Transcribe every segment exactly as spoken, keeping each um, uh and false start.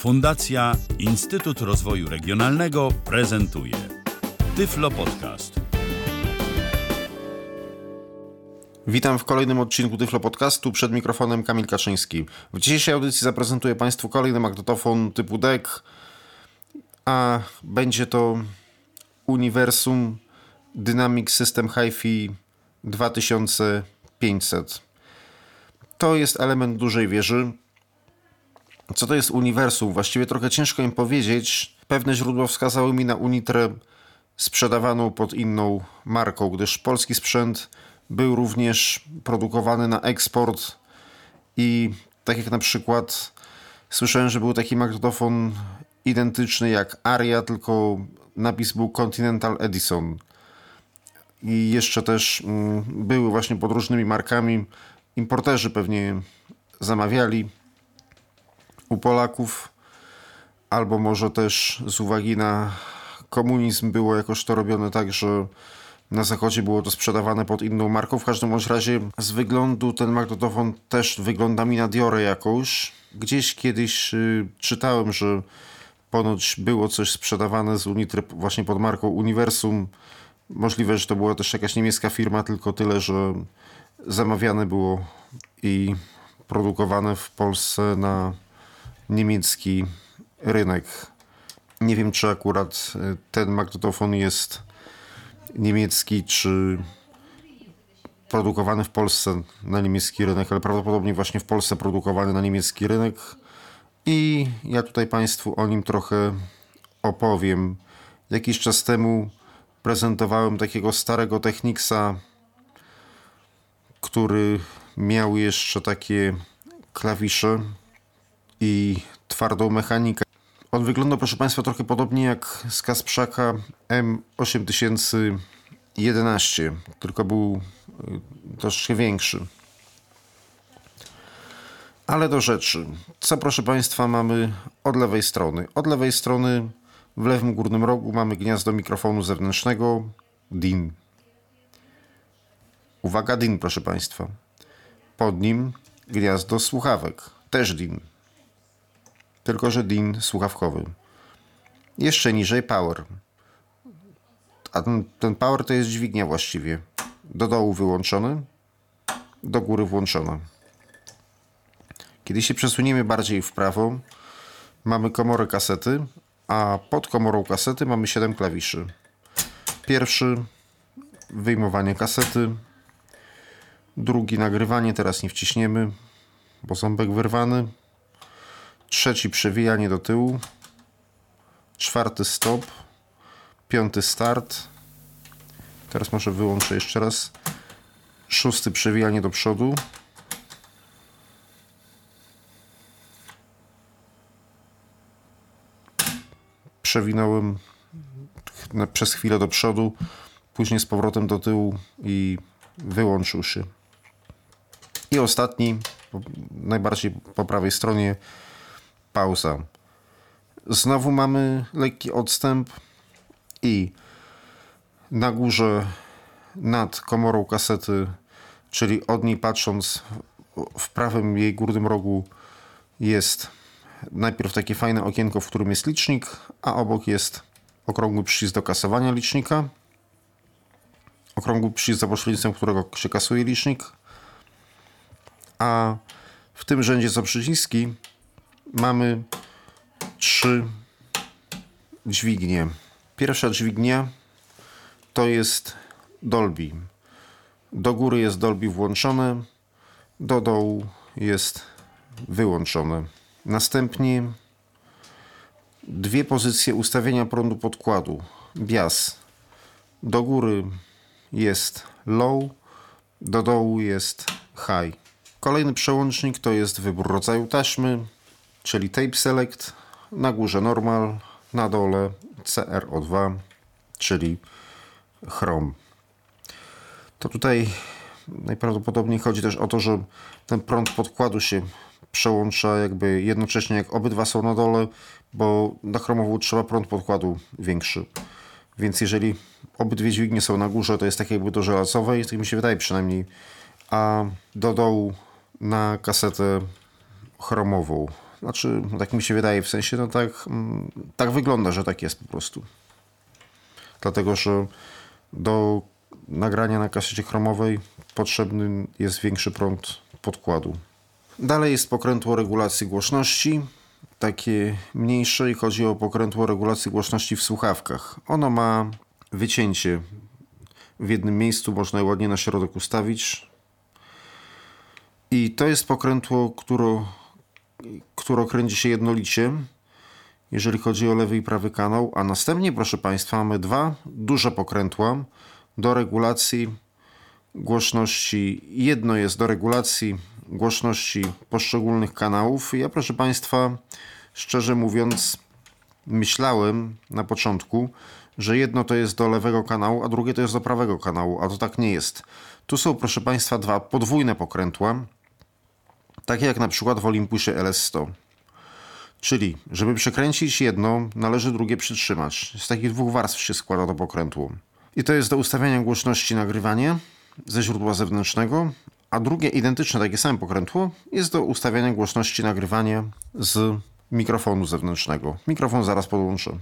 Fundacja Instytut Rozwoju Regionalnego prezentuje Tyflo Podcast. Witam w kolejnym odcinku Tyflo Podcastu, przed mikrofonem Kamil Kaczyński. W dzisiejszej audycji zaprezentuję Państwu kolejny magnetofon typu D E C, a będzie to Universum Dynamic System Hi-Fi dwa tysiące pięćset. To jest element dużej wieży. Co to jest Universum? Właściwie trochę ciężko im powiedzieć. Pewne źródła wskazały mi na Unitrę sprzedawaną pod inną marką, gdyż polski sprzęt był również produkowany na eksport i tak jak na przykład słyszałem, że był taki magnetofon identyczny jak Aria, tylko napis był Continental Edison. I jeszcze też mm, były właśnie pod różnymi markami. Importerzy pewnie zamawiali u Polaków, albo może też z uwagi na komunizm było jakoś to robione tak, że na zachodzie było to sprzedawane pod inną marką. W każdym bądź razie z wyglądu ten magnetofon też wygląda mi na Diorę jakąś. Gdzieś kiedyś y, czytałem, że ponoć było coś sprzedawane z Unitry właśnie pod marką Universum. Możliwe, że to była też jakaś niemiecka firma, tylko tyle, że zamawiane było i produkowane w Polsce na niemiecki rynek. Nie wiem, czy akurat ten magnetofon jest niemiecki, czy produkowany w Polsce na niemiecki rynek, ale prawdopodobnie właśnie w Polsce produkowany na niemiecki rynek. I ja tutaj Państwu o nim trochę opowiem. Jakiś czas temu prezentowałem takiego starego Technicsa, który miał jeszcze takie klawisze i twardą mechanikę. On wygląda, proszę Państwa, trochę podobnie jak z Kasprzaka M osiem tysięcy jedenaście, tylko był troszkę większy. Ale do rzeczy. Co, proszę Państwa, mamy od lewej strony? Od lewej strony w lewym górnym rogu mamy gniazdo mikrofonu zewnętrznego D I N. Uwaga, D I N, proszę Państwa. Pod nim gniazdo słuchawek, też D I N. Tylko że D I N słuchawkowy. Jeszcze niżej power. A ten, ten power to jest dźwignia właściwie. Do dołu wyłączony, do góry włączona. Kiedy się przesuniemy bardziej w prawo, mamy komorę kasety, a pod komorą kasety mamy siedem klawiszy. Pierwszy wyjmowanie kasety, drugi nagrywanie, teraz nie wciśniemy, bo ząbek wyrwany. Trzeci przewijanie do tyłu, czwarty stop, piąty start. Teraz może wyłączę jeszcze raz. Szósty przewijanie do przodu. Przewinąłem przez chwilę do przodu, później z powrotem do tyłu i wyłączył się. I ostatni, najbardziej po prawej stronie, pauza. Znowu mamy lekki odstęp i na górze nad komorą kasety, czyli od niej patrząc w prawym jej górnym rogu, jest najpierw takie fajne okienko, w którym jest licznik, a obok jest okrągły przycisk do kasowania licznika. Okrągły przycisk, za pośrednictwem którego się kasuje licznik. A w tym rzędzie co przyciski mamy trzy dźwignie. Pierwsza dźwignia to jest Dolby. Do góry jest Dolby włączone, do dołu jest wyłączone. Następnie dwie pozycje ustawienia prądu podkładu. Bias. Do góry jest low, do dołu jest high. Kolejny przełącznik to jest wybór rodzaju taśmy, czyli Tape Select, na górze Normal, na dole C R O dwa, czyli Chrome. To tutaj najprawdopodobniej chodzi też o to, że ten prąd podkładu się przełącza jakby jednocześnie jak obydwa są na dole, bo na chromową trzeba prąd podkładu większy. Więc jeżeli obydwie dźwignie są na górze, to jest tak jakby do żelazowej, tak mi się wydaje przynajmniej, a do dołu na kasetę chromową. Znaczy, tak mi się wydaje, w sensie, no tak, tak wygląda, że tak jest po prostu. Dlatego, że do nagrania na kasecie chromowej potrzebny jest większy prąd podkładu. Dalej jest pokrętło regulacji głośności, takie mniejsze, i chodzi o pokrętło regulacji głośności w słuchawkach. Ono ma wycięcie w jednym miejscu, można je ładnie na środek ustawić. I to jest pokrętło, które, które kręci się jednolicie, jeżeli chodzi o lewy i prawy kanał. A następnie, proszę Państwa, mamy dwa duże pokrętła do regulacji głośności. Jedno jest do regulacji głośności poszczególnych kanałów. Ja, proszę Państwa, szczerze mówiąc, myślałem na początku, że jedno to jest do lewego kanału, a drugie to jest do prawego kanału, a to tak nie jest. Tu są, proszę Państwa, dwa podwójne pokrętła, takie jak na przykład w Olympusie L S sto. Czyli, żeby przekręcić jedno, należy drugie przytrzymać. Z takich dwóch warstw się składa to pokrętło. I to jest do ustawiania głośności nagrywania ze źródła zewnętrznego, a drugie identyczne, takie same pokrętło jest do ustawiania głośności nagrywania z mikrofonu zewnętrznego. Mikrofon zaraz podłączę.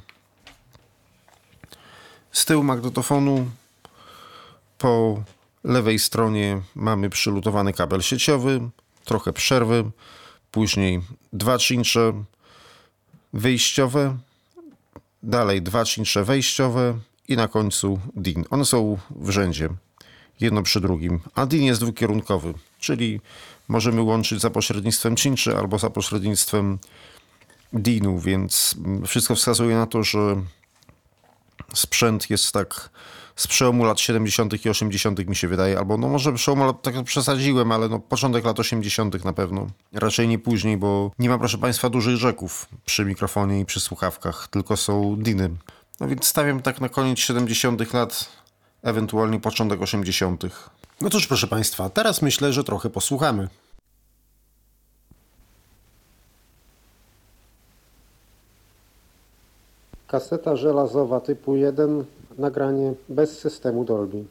Z tyłu magnetofonu po lewej stronie mamy przylutowany kabel sieciowy, trochę przerwy, później dwa cincze wyjściowe, dalej dwa cincze wejściowe i na końcu D I N. One są w rzędzie, jedno przy drugim, a D I N jest dwukierunkowy, czyli możemy łączyć za pośrednictwem cinczy albo za pośrednictwem D I N-u, więc wszystko wskazuje na to, że sprzęt jest tak z przełomu lat siedemdziesiątych i osiemdziesiątych mi się wydaje, albo no może przełomu lat, tak przesadziłem, ale no początek lat osiemdziesiątych na pewno. Raczej nie później, bo nie ma, proszę Państwa, dużych rzeków przy mikrofonie i przy słuchawkach, tylko są D I N-y. No więc stawiam tak na koniec siedemdziesiątych lat, ewentualnie początek osiemdziesiątych. No cóż, proszę Państwa, teraz myślę, że trochę posłuchamy. Kaseta żelazowa typu jeden, nagranie bez systemu Dolby.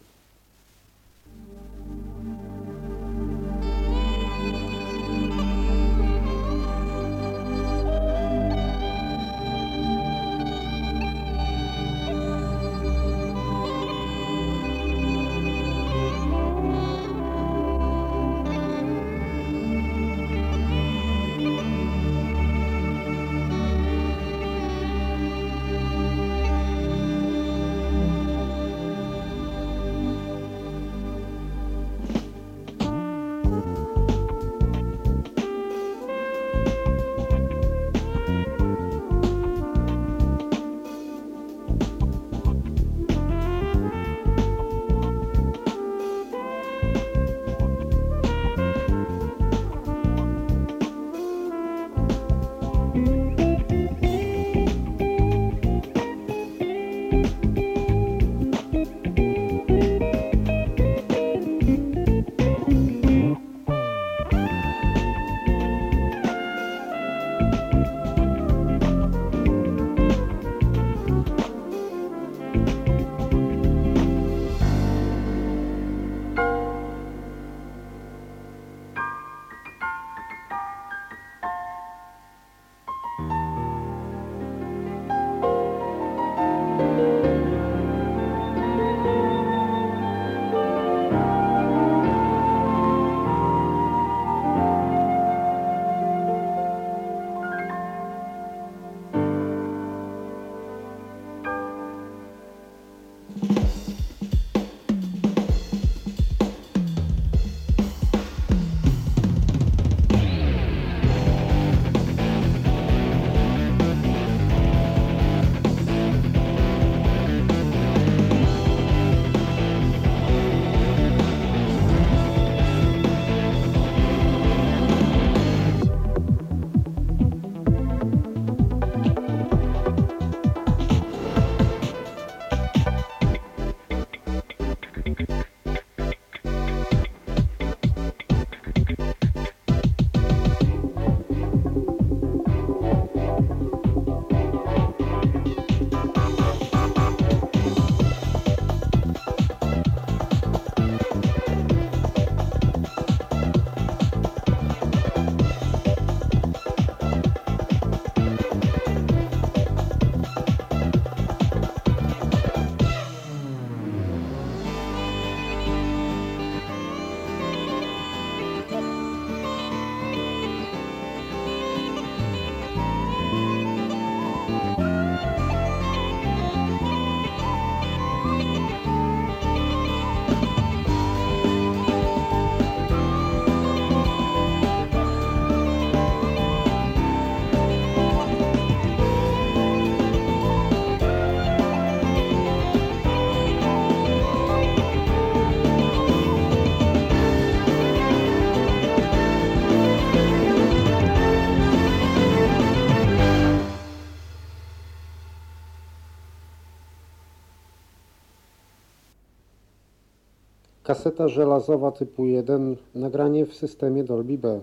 Kaseta żelazowa typu jeden, nagranie w systemie Dolby B.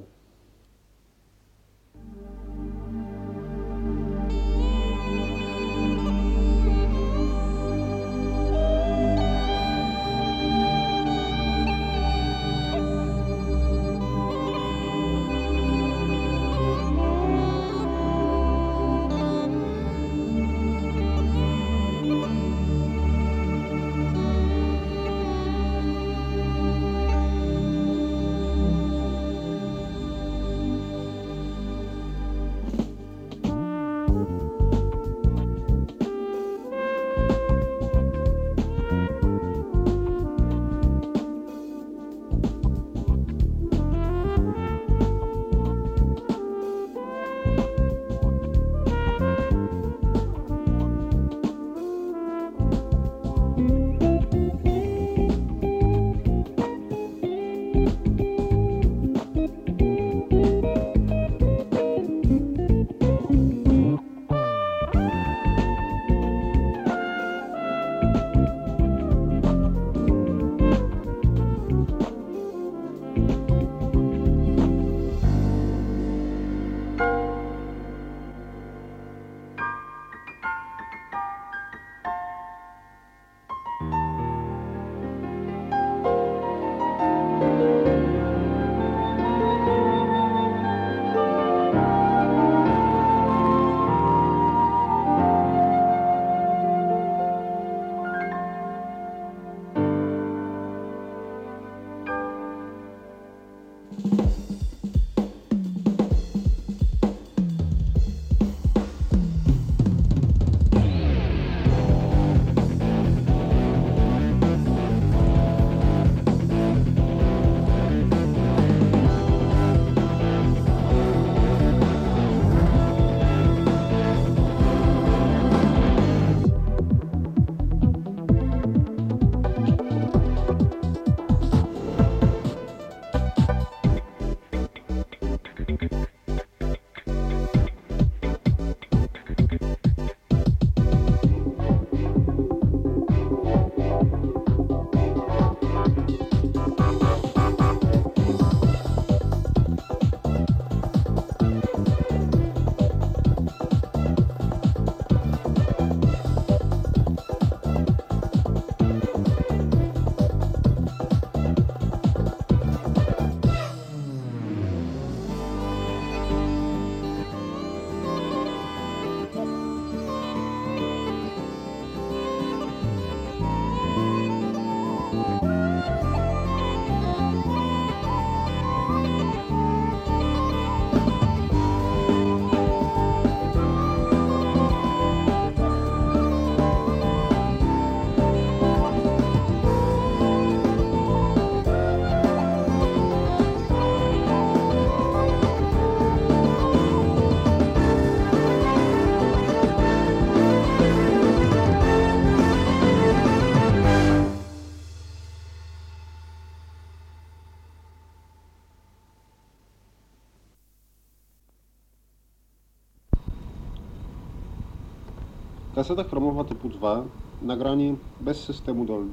Kaseta chromowa typu dwa, nagranie bez systemu Dolby.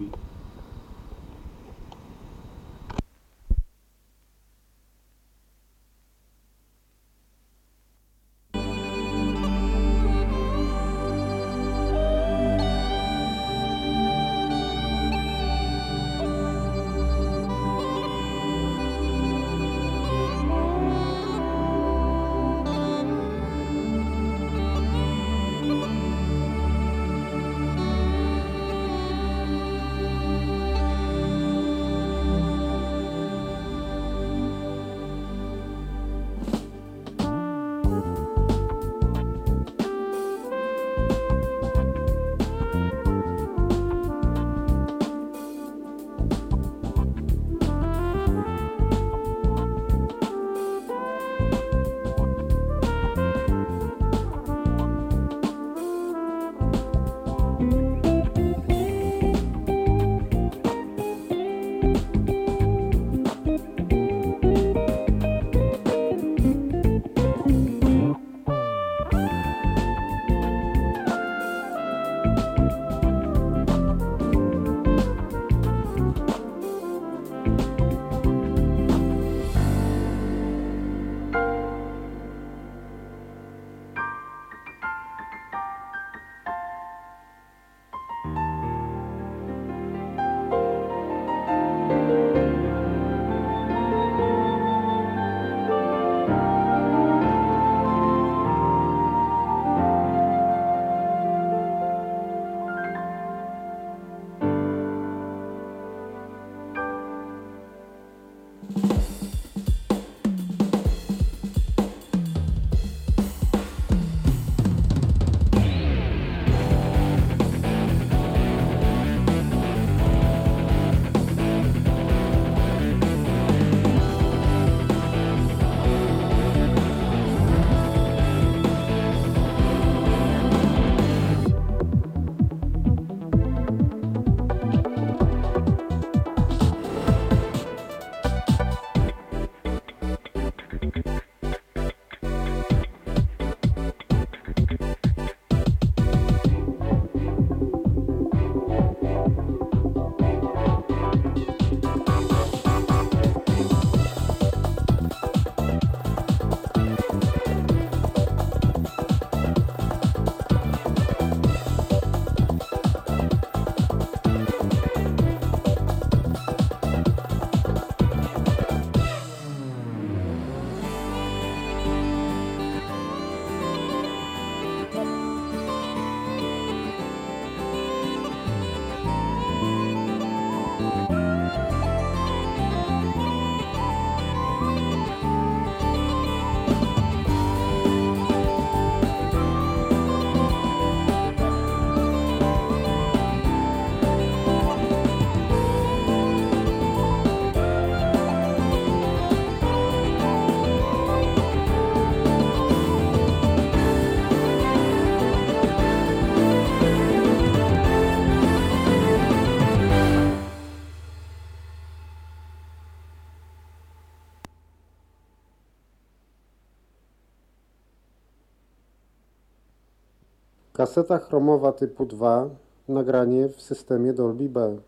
Kaseta chromowa typu dwa, nagranie w systemie Dolby B.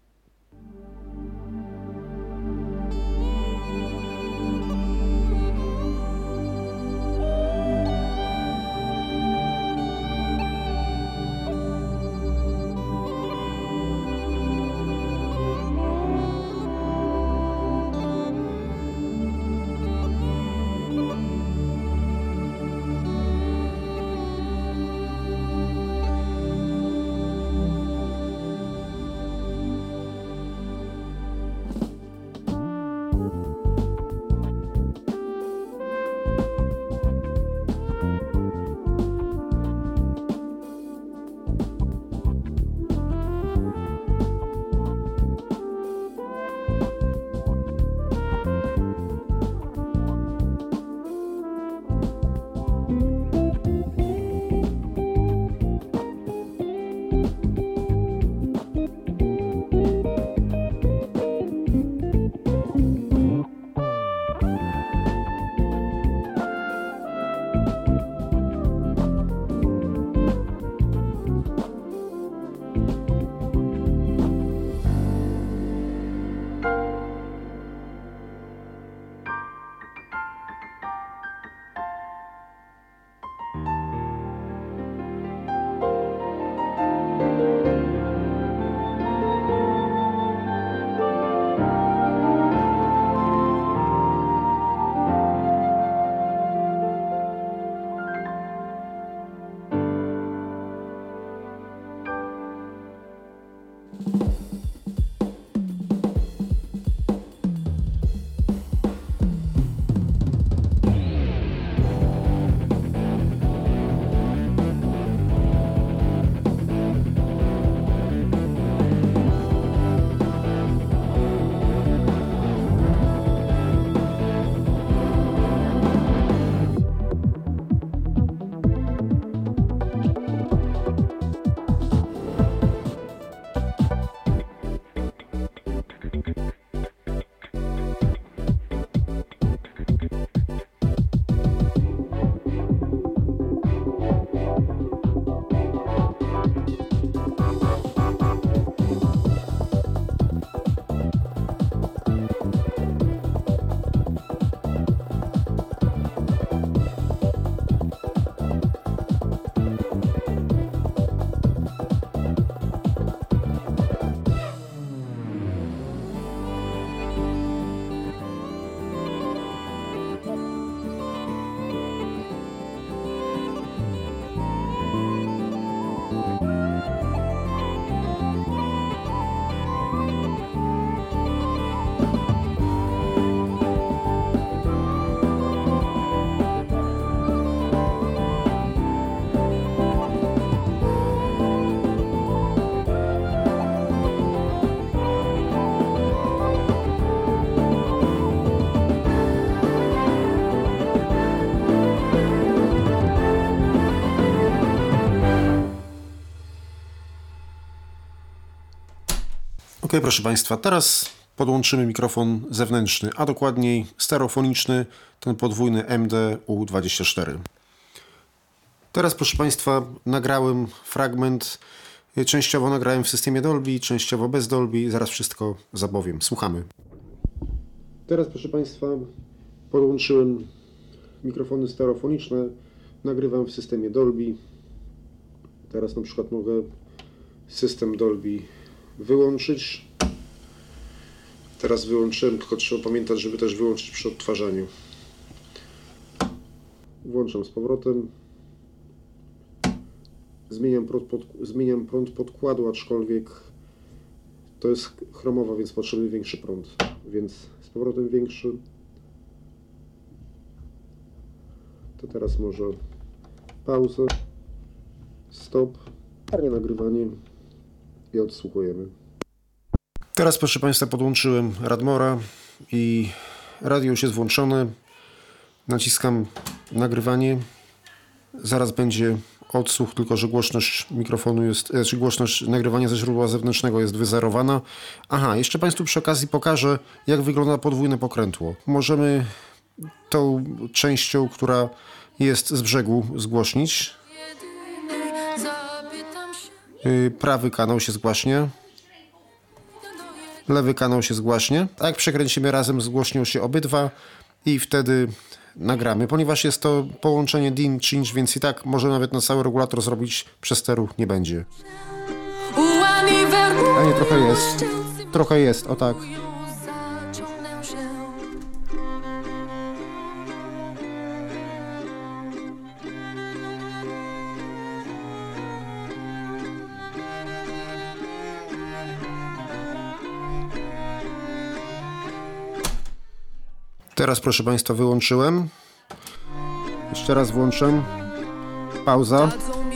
Ok, proszę Państwa, teraz podłączymy mikrofon zewnętrzny, a dokładniej stereofoniczny, ten podwójny M D U dwadzieścia cztery. Teraz, proszę Państwa, nagrałem fragment, częściowo nagrałem w systemie Dolby, częściowo bez Dolby, zaraz wszystko zapowiem. Słuchamy. Teraz, proszę Państwa, podłączyłem mikrofony stereofoniczne, nagrywam w systemie Dolby. Teraz na przykład mogę system Dolby wyłączyć. Teraz wyłączyłem, tylko trzeba pamiętać, żeby też wyłączyć przy odtwarzaniu. Włączam z powrotem. Zmieniam prąd, pod, zmieniam prąd podkładu, aczkolwiek to jest chromowa, więc potrzebny większy prąd. Więc z powrotem większy. To teraz może pauzę, stop, parnie nagrywanie i odsłuchujemy. Teraz, proszę Państwa, podłączyłem Radmora i radio już jest włączone. Naciskam nagrywanie. Zaraz będzie odsłuch, tylko że głośność mikrofonu jest, znaczy głośność nagrywania ze źródła zewnętrznego jest wyzerowana. Aha, jeszcze Państwu przy okazji pokażę, jak wygląda podwójne pokrętło. Możemy tą częścią, która jest z brzegu, zgłośnić. Yy, prawy kanał się zgłaśnie. Lewy kanał się zgłaśnie. A jak przekręcimy razem, zgłośnią się obydwa i wtedy nagramy. Ponieważ jest to połączenie D I N Cinch, więc i tak może nawet na cały regulator zrobić, przesteru nie będzie. A nie, trochę jest. Trochę jest, o tak. Teraz, proszę Państwa, wyłączyłem. Jeszcze raz włączę. Pauza.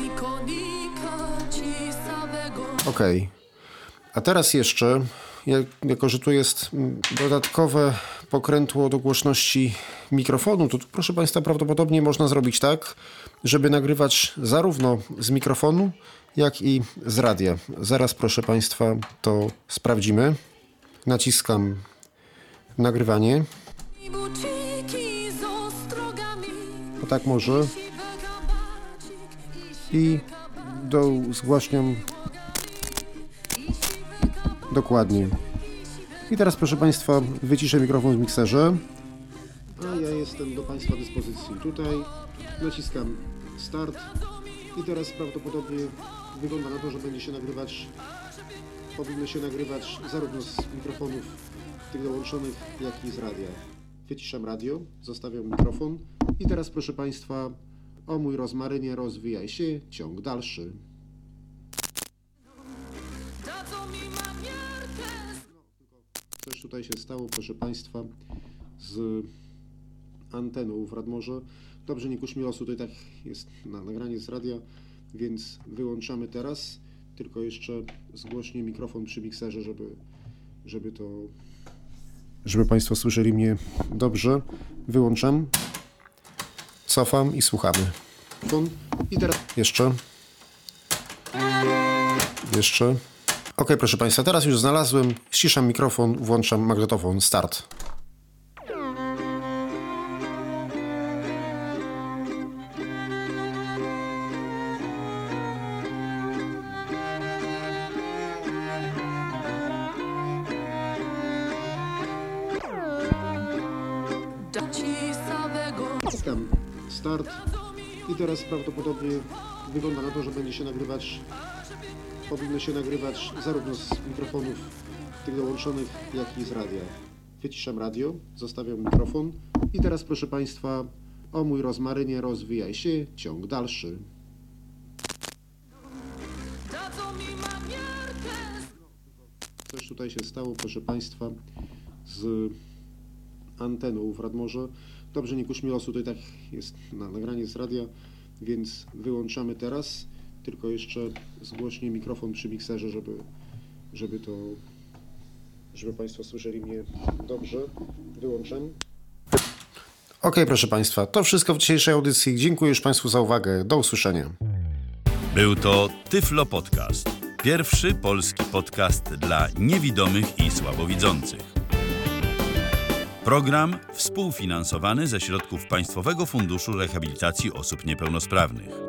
OK. A teraz jeszcze, jak, jako że tu jest dodatkowe pokrętło do głośności mikrofonu, to tu, proszę Państwa, prawdopodobnie można zrobić tak, żeby nagrywać zarówno z mikrofonu, jak i z radia. Zaraz, proszę Państwa, to sprawdzimy. Naciskam nagrywanie. O tak może. I do zgłaśniam dokładnie. I teraz, proszę Państwa, wyciszę mikrofon w mikserze. A ja jestem do Państwa dyspozycji. Tutaj naciskam start i teraz prawdopodobnie wygląda na to, że będzie się nagrywać, powinno się nagrywać zarówno z mikrofonów tych dołączonych, jak i z radia. Wyciszam radio, zostawiam mikrofon i teraz, proszę Państwa, o mój rozmarynie, rozwijaj się, ciąg dalszy. Coś tutaj się stało, proszę Państwa, z anteną w Radmorze. Dobrze, nie kuś mi losu, to i tak jest na nagranie z radia, więc wyłączamy teraz. Tylko jeszcze zgłośnię mikrofon przy mikserze, żeby, żeby to... Żeby Państwo słyszeli mnie dobrze. Wyłączam. Cofam i słuchamy. I teraz jeszcze. Jeszcze. OK, proszę Państwa, teraz już znalazłem. Ściszam mikrofon, włączam magnetofon. Start. Naciskam start i teraz prawdopodobnie wygląda na to, że będzie się nagrywać, powinno się nagrywać zarówno z mikrofonów tych dołączonych, jak i z radia. Wyciszam radio, zostawiam mikrofon i teraz, proszę Państwa, o mój rozmarynie, rozwijaj się, ciąg dalszy. Coś tutaj się stało, proszę Państwa, z anteną w Radmorze. Dobrze, nie kuś mi losu, to i tak jest na nagranie z radia, więc wyłączamy teraz. Tylko jeszcze zgłośnię mikrofon przy mikserze, żeby, żeby to, żeby Państwo słyszeli mnie dobrze. Wyłączam. OK, proszę Państwa, to wszystko w dzisiejszej audycji. Dziękuję już Państwu za uwagę. Do usłyszenia. Był to Tyflo Podcast. Pierwszy polski podcast dla niewidomych i słabowidzących. Program współfinansowany ze środków Państwowego Funduszu Rehabilitacji Osób Niepełnosprawnych.